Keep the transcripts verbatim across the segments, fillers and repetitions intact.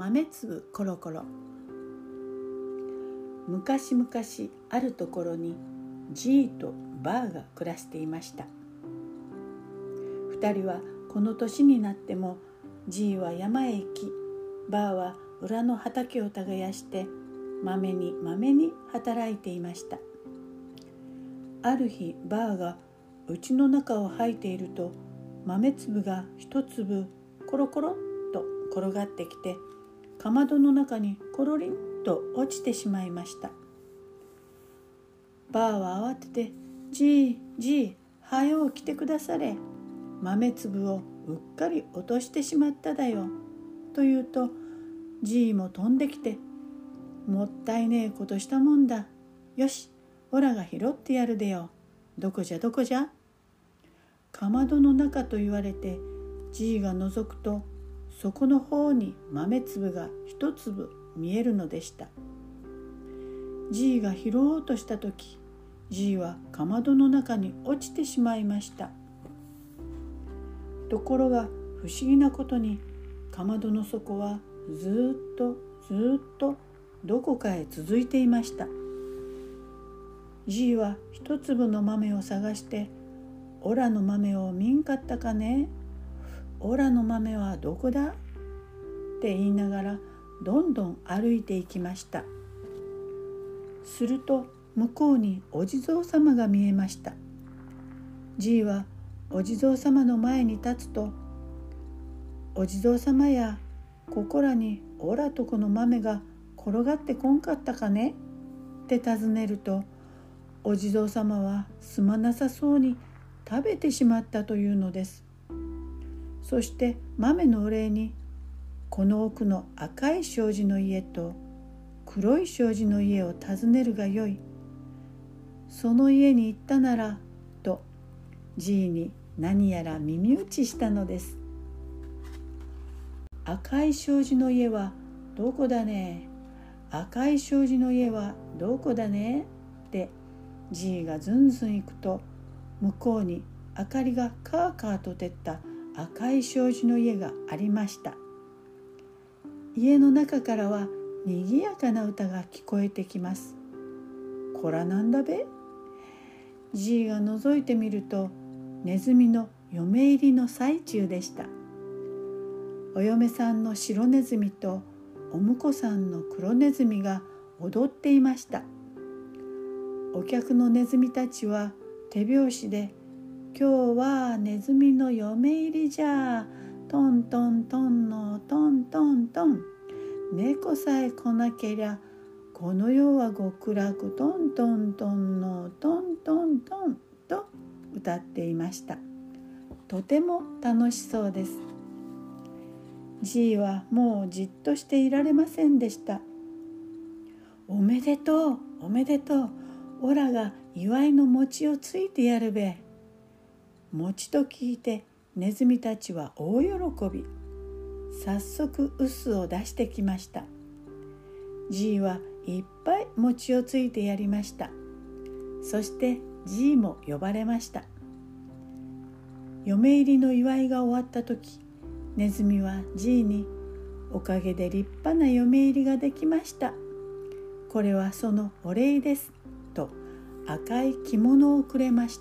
豆粒コロコロ。昔々あるところにジーとバーが暮らしていました。二人はこの年になっても、ジーは山へ行き、バーは裏の畑を耕してまめにまめに働いていました。ある日、バーが家の中を掃いていると、豆粒が一粒コロコロっと転がってきて、かまどの中にコロリンと落ちてしまいました。バーは慌てて、ジー、ジー、はよう来てくだされ。豆粒をうっかり落としてしまっただよ。と言うと、ジーも飛んできて、もったいねえことしたもんだ。よし、オラが拾ってやるでよ。どこじゃどこじゃ。かまどの中と言われて、ジーが覗くと、そこの方に豆粒が一粒見えるのでした。ジーが拾おうとしたとき、ジーはかまどの中に落ちてしまいました。ところが不思議なことに、かまどの底はずっとずっとどこかへ続いていました。ジーは一粒の豆を探して、オラの豆を見んかったかね、オラの豆はどこだって言いながらどんどん歩いていきました。すると向こうにお地蔵様が見えました。ジーはお地蔵様の前に立つと、お地蔵様や、ここらにオラとこの豆が転がってこんかったかねって尋ねると、お地蔵様はすまなさそうに食べてしまったというのです。そして豆のお礼に、この奥の赤い障子の家と黒い障子の家を訪ねるがよい。その家に行ったならと、ジーに何やら耳打ちしたのです。赤い障子の家はどこだね、赤い障子の家はどこだねってジーがずんずん行くと、向こうに明かりがカーカーと照った赤い障子の家がありました。家の中からはにぎやかな歌が聞こえてきます。こらなんだべ。ジーが覗いてみると、ネズミの嫁入りの最中でした。お嫁さんの白ネズミとお婿さんの黒ネズミが踊っていました。お客のネズミたちは手拍子で、今日はネズミの嫁入りじゃ、トントントンのトントントン、猫さえ来なけりゃこの世は極楽、トントントンのトントントンと歌っていました。とても楽しそうです。ジーはもうじっとしていられませんでした。おめでとう、おめでとう、オラが祝いの餅をついてやるべ。餅と聞いてネズミたちは大喜び。早速臼を出してきました。ジーはいっぱい餅をついてやりました。そしてジーも呼ばれました。嫁入りの祝いが終わった時、ネズミはジーに、おかげで立派な嫁入りができました。これはそのお礼です。と赤い着物をくれました。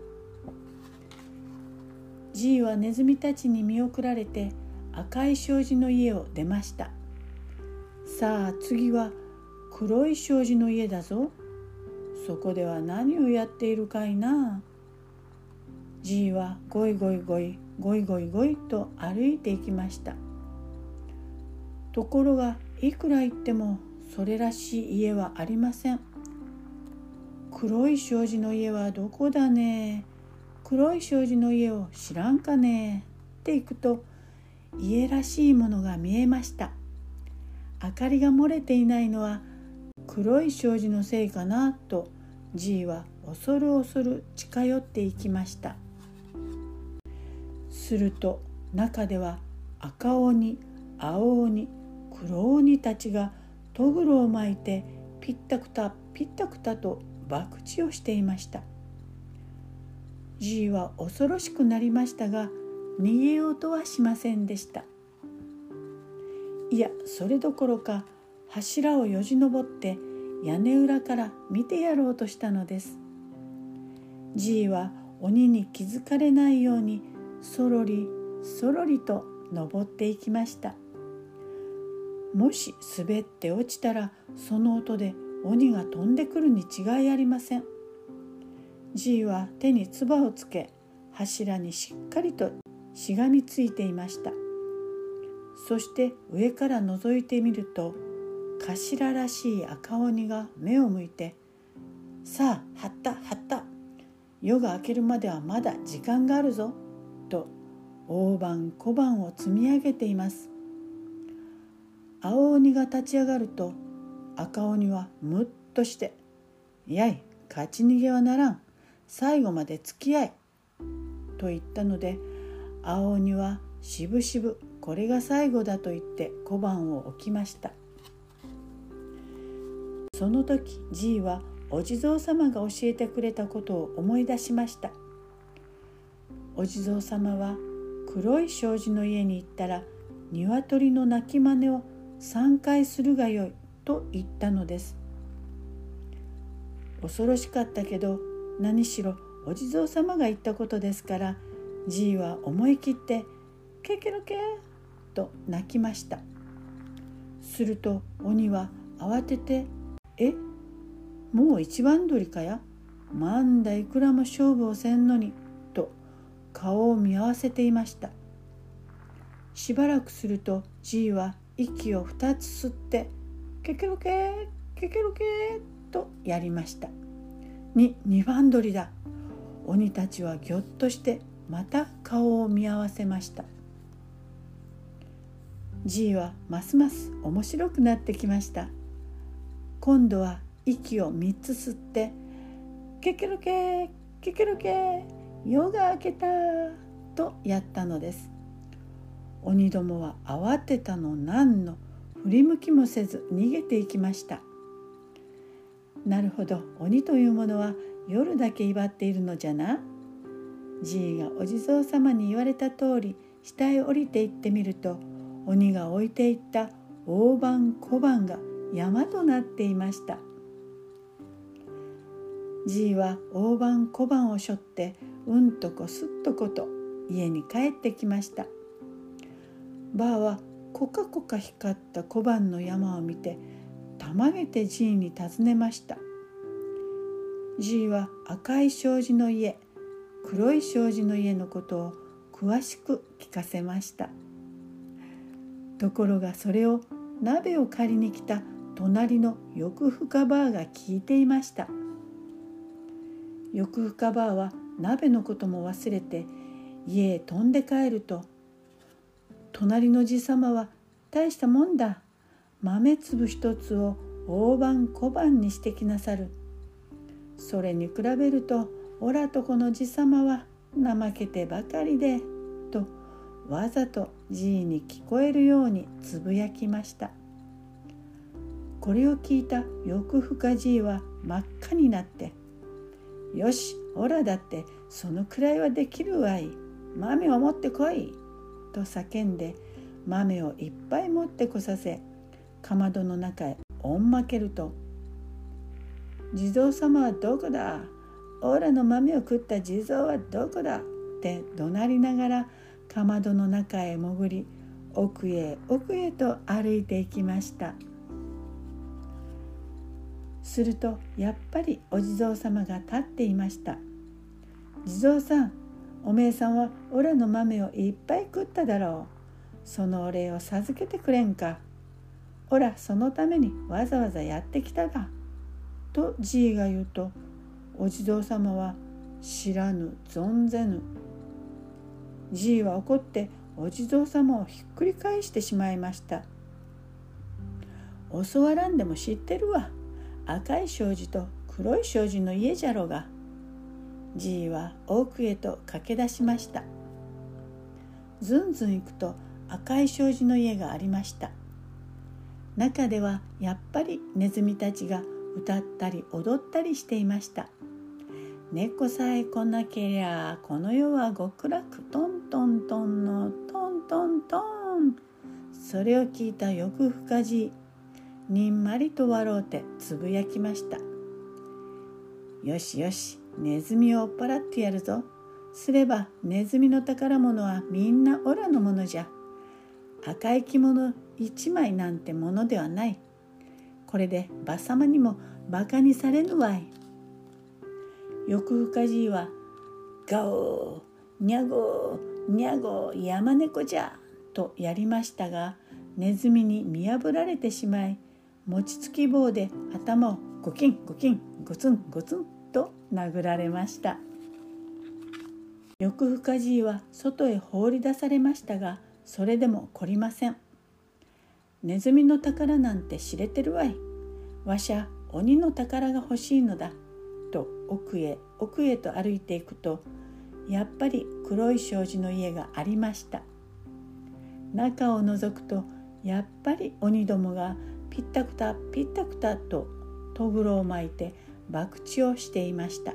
ジーはネズミたちに見送られて赤い障子の家を出ました。さあ次は黒い障子の家だぞ。そこでは何をやっているかいな。ジーはゴイゴイゴイゴイゴイゴイと歩いていきました。ところがいくら言ってもそれらしい家はありません。黒い障子の家はどこだね、黒い障子の家を知らんかねって行くと、家らしいものが見えました。明かりが漏れていないのは黒い障子のせいかなと、ジーは恐る恐る近寄っていきました。すると中では赤鬼、青鬼、黒鬼たちがとぐろを巻いてピッタクタピッタクタと博打をしていました。ジーは恐ろしくなりましたが、逃げようとはしませんでした。 いや、それどころか柱をよじ登って屋根裏から見てやろうとしたのです。じいは鬼に気づかれないようにそろりそろりと登っていきました。もし滑って落ちたらその音で鬼が飛んでくるに違いありません。じいは手に唾をつけ柱にしっかりとしがみついていました。そして上から覗いてみると頭らしい赤鬼が目を向いて、さあ張った張った、夜が明けるまではまだ時間があるぞと大判小判を積み上げています。青鬼が立ち上がると赤鬼はムッとして、やい、勝ち逃げはならん、最後まで付き合いと言ったので、青鬼はしぶしぶこれが最後だと言って小判を置きました。その時じいはお地蔵様が教えてくれたことを思い出しました。お地蔵様は黒い障子の家に行ったら鶏の鳴き真似をさんかいするがよいと言ったのです。恐ろしかったけど何しろお地蔵様が言ったことですから、じいは思い切ってケケロケーと鳴きました。すると鬼は慌てて、え、もう一番鳥かや、まんだいくらも勝負をせんのにと顔を見合わせていました。しばらくするとじいは息を二つ吸ってケケロケーケケロケーとやりました。に二番鳥だ。鬼たちはぎょっとしてまた顔を見合わせました。じいはますます面白くなってきました。今度は息を三つ吸ってケケロケーケケロケー、夜が明けたとやったのです。鬼どもは慌てたのなんの振り向きもせず逃げていきました。なるほど、鬼というものは夜だけ威張っているのじゃな。じいがお地蔵様に言われた通り下へ降りていってみると、鬼が置いていった大判小判が山となっていました。じいは大判小判を背負ってうんとこすっとこと家に帰ってきました。ばあはコカコカ光った小判の山を見てたまげてじいに尋ねました。じいは赤い障子の家、黒い障子の家のことを詳しく聞かせました。ところがそれを鍋を借りに来た隣の欲深ばあが聞いていました。欲深ばあは鍋のことも忘れて家へ飛んで帰ると、隣のじさまは大したもんだ、豆粒一つを大判小判にしてきなさる。それに比べるとおらとこのじさまは怠けてばかりで、とわざとじいに聞こえるようにつぶやきました。これを聞いた欲深じいは真っ赤になって、よし、おらだってそのくらいはできるわい、豆を持ってこいと叫んで豆をいっぱい持ってこさせ、かまどの中へおんまけると、地蔵様はどこだ、おらの豆を食った地蔵はどこだって怒鳴りながらかまどの中へ潜り、奥へ奥へと歩いていきました。するとやっぱりお地蔵様が立っていました。地蔵さん、おめえさんはおらの豆をいっぱい食っただろう。そのお礼を授けてくれんか。おらそのためにわざわざやってきただ。とじいが言うと、お地蔵様は知らぬ存ぜぬ。じいは怒ってお地蔵様をひっくり返してしまいました。教わらんでも知ってるわ。赤い障子と黒い障子の家じゃろが。じいは奥へと駆け出しました。ずんずん行くと赤い障子の家がありました。中ではやっぱりネズミたちが歌ったり踊ったりしていました。猫さえ来なけりゃこの世は極楽、トントントンのトントントン。 それを聞いた欲深じい、にんまりと笑うてつぶやきました。よしよし、ネズミを追っ払ってやるぞ。すればネズミの宝物はみんなオラのものじゃ。赤い着物一枚なんてものではない。これで馬様にもバカにされぬわい。欲深じいは、ガオー、ニャゴー、ニャゴー、山猫じゃとやりましたが、ネズミに見破られてしまい、餅つき棒で頭をゴキンゴキンゴツンゴツンと殴られました。欲深じいは外へ放り出されましたが、それでも懲りません。ネズミの宝なんて知れてるわい。わしゃ鬼の宝が欲しいのだ。と奥へ奥へと歩いていくと、やっぱり黒い障子の家がありました。中を覗くと、やっぱり鬼どもがピッタクタピッタクタととぐろを巻いて博打をしていました。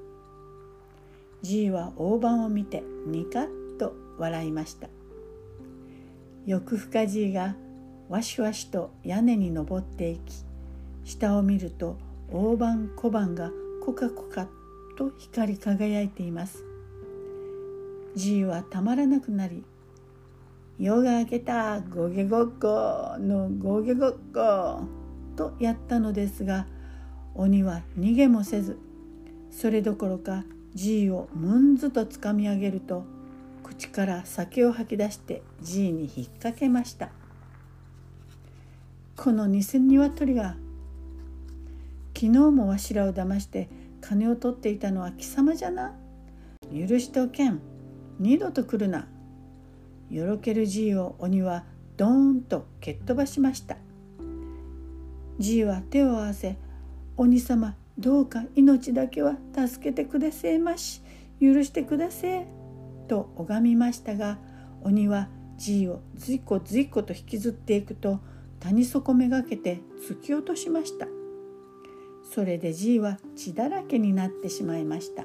じいは大判を見てニカッと笑いました。欲深じいがわしわしと屋根に登っていき、下を見ると大判小判がコカコカと光り輝いています。じいはたまらなくなり、夜が明けたゴゲゴッコのゴゲゴッコとやったのですが、鬼は逃げもせず、それどころかじいをむんずとつかみ上げると、口から酒を吐き出してじいに引っ掛けました。この偽鶏が、昨日もわしらを騙して金を取っていたのは貴様じゃな。許しておけん。二度と来るな。よろけるじいを鬼はドーンと蹴っ飛ばしました。じいは手を合わせ、鬼様、どうか命だけは助けてくださいまし。許してください。と拝みましたが、鬼はじいをずいこずいこと引きずっていくと、谷底めがけて突き落としました。それでじいは血だらけになってしまいました。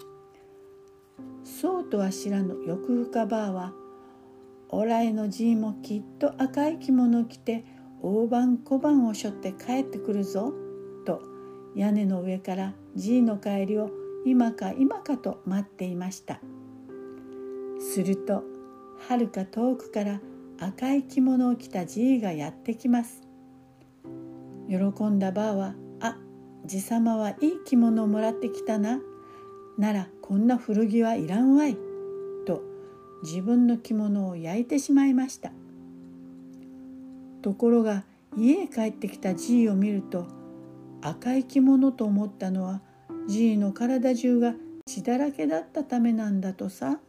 そうとは知らぬ欲深ばあは、おらいのじいもきっと赤い着物を着て大判小判を背負って帰ってくるぞと、屋根の上からじいの帰りを今か今かと待っていました。するとはるか遠くから赤い着物を着たじいがやってきます。喜んだばあは、あ、じさまはいい着物をもらってきたな。ならこんな古着はいらんわい。と自分の着物を焼いてしまいました。ところが家へ帰ってきたじいを見ると、赤い着物と思ったのはじいの体中が血だらけだったためなんだとさ。